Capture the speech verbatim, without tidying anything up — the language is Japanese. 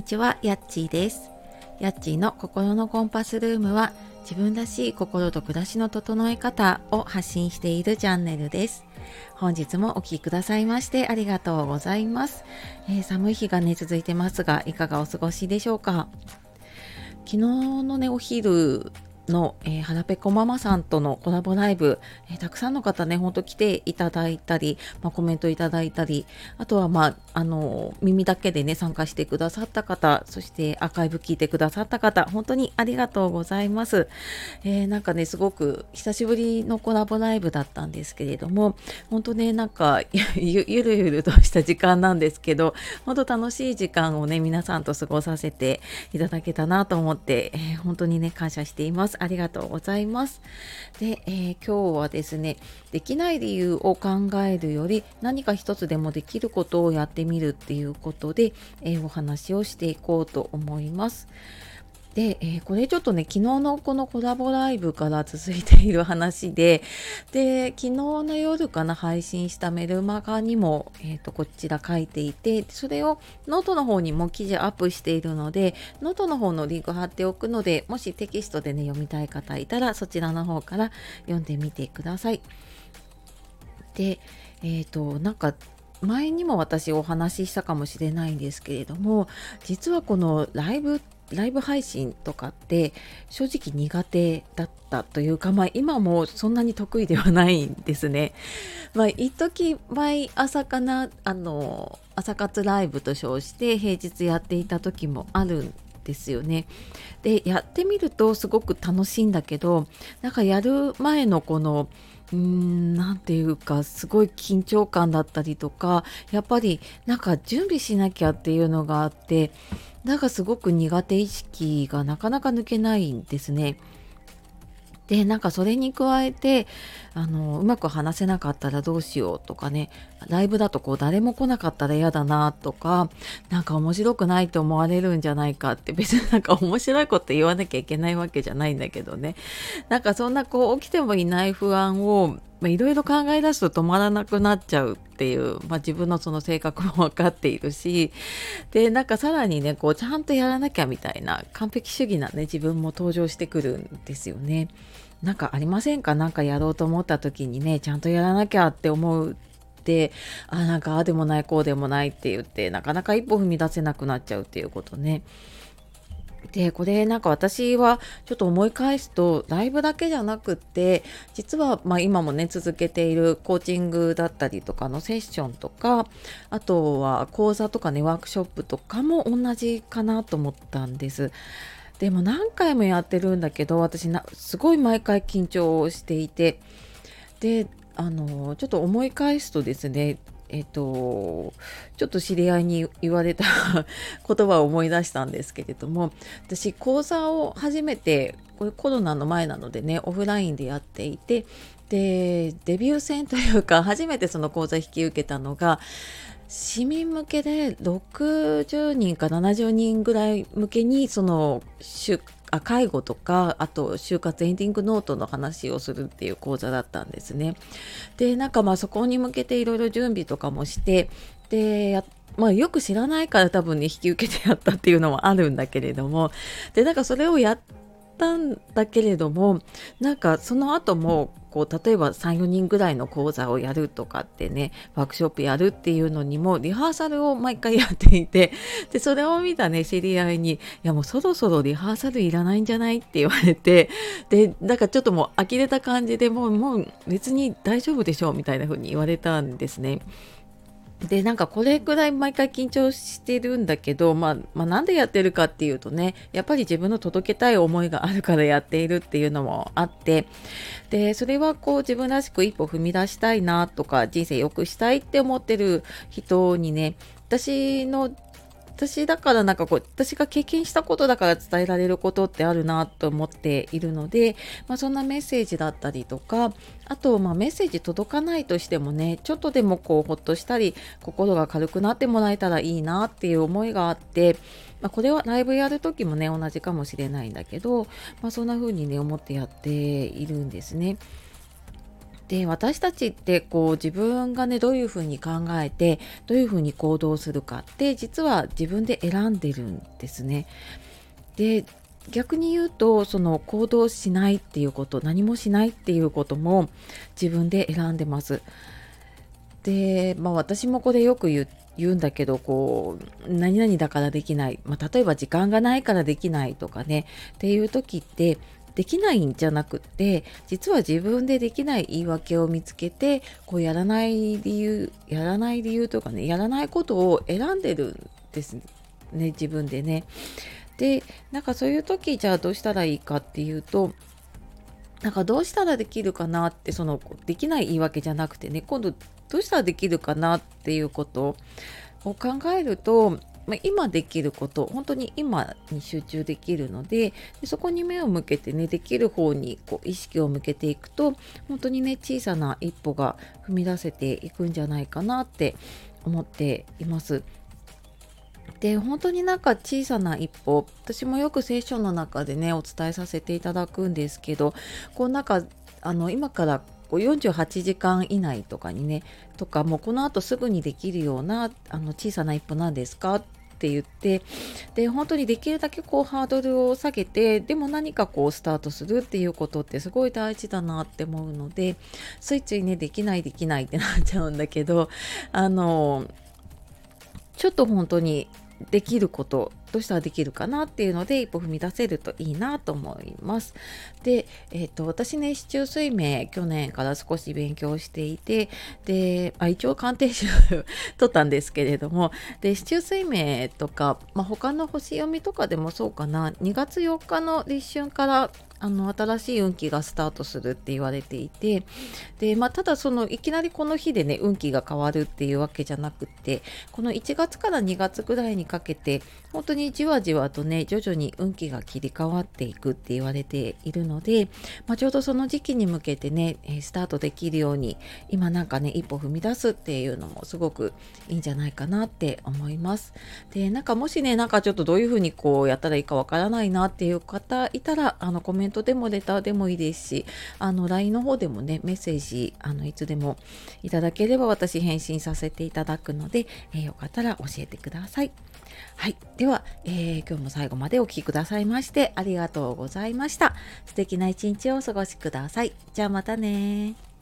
にちは、やっちーです。やっちーの心のコンパスルームは、自分らしい心と暮らしの整え方を発信しているチャンネルです。本日もお聞きくださいましてありがとうございます。えー、寒い日がね続いてますが、いかがお過ごしでしょうか。昨日のねお昼の、えー、はらぺこママさんとのコラボライブ、えー、たくさんの方ねほんと来ていただいたり、まあ、コメントいただいたり、あとはまああの耳だけでね参加してくださった方、そしてアーカイブ聞いてくださった方、本当にありがとうございます。えー、なんかねすごく久しぶりのコラボライブだったんですけれども、本当ねなんかゆ, ゆるゆるとした時間なんですけど、本当楽しい時間をね皆さんと過ごさせていただけたなと思って、えー、本当にね感謝しています。ありがとうございます。で、えー、今日はですね、できない理由を考えるより何か一つでもできることをやってみるっていうことで、えー、お話をしていこうと思います。で、えー、これちょっとね昨日のこのコラボライブから続いている話で、で昨日の夜かな配信したメルマガにも、えー、とこちら書いていて、それをノートの方にも記事アップしているので、ノートの方のリンク貼っておくので、もしテキストでね読みたい方いたらそちらの方から読んでみてください。で、えっ、となんか前にも私お話ししたかもしれないんですけれども、実はこのライブライブ配信とかって正直苦手だったというか、まあ今もそんなに得意ではないんですね。まあ一時毎朝かな、あの朝活ライブと称して平日やっていた時もあるんですよね。でやってみるとすごく楽しいんだけど、なんかやる前のこのうーんなんていうかすごい緊張感だったりとか、やっぱりなんか準備しなきゃっていうのがあって、なんかすごく苦手意識がなかなか抜けないんですね。でなんかそれに加えて、あのうまく話せなかったらどうしようとかね、ライブだとこう誰も来なかったら嫌だなとか、なんか面白くないと思われるんじゃないかって、別になんか面白いこと言わなきゃいけないわけじゃないんだけどね、なんかそんなこう起きてもいない不安をいろいろ考え出すと止まらなくなっちゃうっていう、まあ、自分のその性格も分かっているし、でなんかさらにねこうちゃんとやらなきゃみたいな完璧主義なね自分も登場してくるんですよね。なんかありませんか？なんかやろうと思った時にねちゃんとやらなきゃって思うで、あなんかああでもないこうでもないって言ってなかなか一歩踏み出せなくなっちゃうっていうことね。でこれなんか私はちょっと思い返すと、ライブだけじゃなくって実はまあ今もね続けているコーチングだったりとかのセッションとか、あとは講座とかねワークショップとかも同じかなと思ったんです。でも何回もやってるんだけど、私なすごい毎回緊張をしていて、であのちょっと思い返すとですね、えっとちょっと知り合いに言われた言葉を思い出したんですけれども、私講座を初めてこれコロナの前なのでねオフラインでやっていて、でデビュー戦というか初めてその講座引き受けたのが市民向けでろくじゅうにんかななじゅうにんぐらい向けに、その就あ介護とかあと就活エンディングノートの話をするっていう講座だったんですね。でなんかまあそこに向けていろいろ準備とかもして、でやまあよく知らないから多分ね引き受けてやったっていうのもあるんだけれども、でなんかそれをやったんだけれども、なんかその後もこう例えばさん、よにんぐらいの講座をやるとかってね、ワークショップやるっていうのにもリハーサルを毎回やっていて、でそれを見たね知り合いに、いやもうそろそろリハーサルいらないんじゃないって言われて、でなんかちょっともう呆れた感じで、もうもう別に大丈夫でしょうみたいな風に言われたんですね。でなんかこれくらい毎回緊張してるんだけど、まあ、まあなんでやってるかっていうとね、やっぱり自分の届けたい思いがあるからやっているっていうのもあって、でそれはこう自分らしく一歩踏み出したいなとか人生良くしたいって思ってる人にね、私の私だからなんかこう私が経験したことだから伝えられることってあるなと思っているので、まあ、そんなメッセージだったりとか、あとまあメッセージ届かないとしてもね、ちょっとでもこうほっとしたり心が軽くなってもらえたらいいなっていう思いがあって、まあ、これはライブやる時もね同じかもしれないんだけど、まあ、そんな風にね思ってやっているんですね。 で、私たちってこう自分がね、どういうふうに考えてどういうふうに行動するかって実は自分で選んでるんですね。で、逆に言うとその行動しないっていうこと、何もしないっていうことも自分で選んでます。で、まあ、私もこれよく言う言うんだけど、こう何々だからできない、まあ、例えば時間がないからできないとかねっていう時って、できないんじゃなくって、実は自分でできない言い訳を見つけて、こうやらない理由やらない理由とかね、やらないことを選んでるんですね、自分でね。で、なんかそういう時、じゃあどうしたらいいかっていうと、なんかどうしたらできるかなって、そのできない言い訳じゃなくてね、今度どうしたらできるかなっていうことを考えると、まあ、今できること、本当に今に集中できるので、でそこに目を向けてね、できる方にこう意識を向けていくと、本当にね、小さな一歩が踏み出せていくんじゃないかなって思っています。で、本当になんか小さな一歩、私もよく聖書の中でね、お伝えさせていただくんですけど、こうなんか、あの、今からこうよんじゅうはちじかん以内とかにね、とか、もうこの後すぐにできるような、あの、小さな一歩なんですかって言って、で、本当にできるだけこうハードルを下げて、でも何かこうスタートするっていうことってすごい大事だなって思うので、ついついね、できないできないってなっちゃうんだけど、あの、ちょっと本当にできること、どうしたらできるかなっていうので一歩踏み出せるといいなと思います。で、えっと私ね、市中水明去年から少し勉強していて、で、あ、一応鑑定士取ったんですけれども、で、市中水明とか、まあ、他の星読みとかでもそうかな、にがつよっかの立春からあの新しい運気がスタートするって言われていて、で、まあ、ただそのいきなりこの日でね、運気が変わるっていうわけじゃなくって、このいちがつからにがつぐらいにかけて本当にじわじわとね、徐々に運気が切り替わっていくって言われているので、まあ、ちょうどその時期に向けてね、えースタートできるように今なんかね、一歩踏み出すっていうのもすごくいいんじゃないかなって思います。で、なんかもしね、なんかちょっとどういうふうにこうやったらいいかわからないなっていう方いたら、あのコメントでもレターでもいいですし、あの ライン の方でもね、メッセージあのいつでもいただければ私返信させていただくので、えーよかったら教えてください。はい。では、えー今日も最後までお聞きくださいましてありがとうございました。素敵な一日をお過ごしください。じゃあまたね。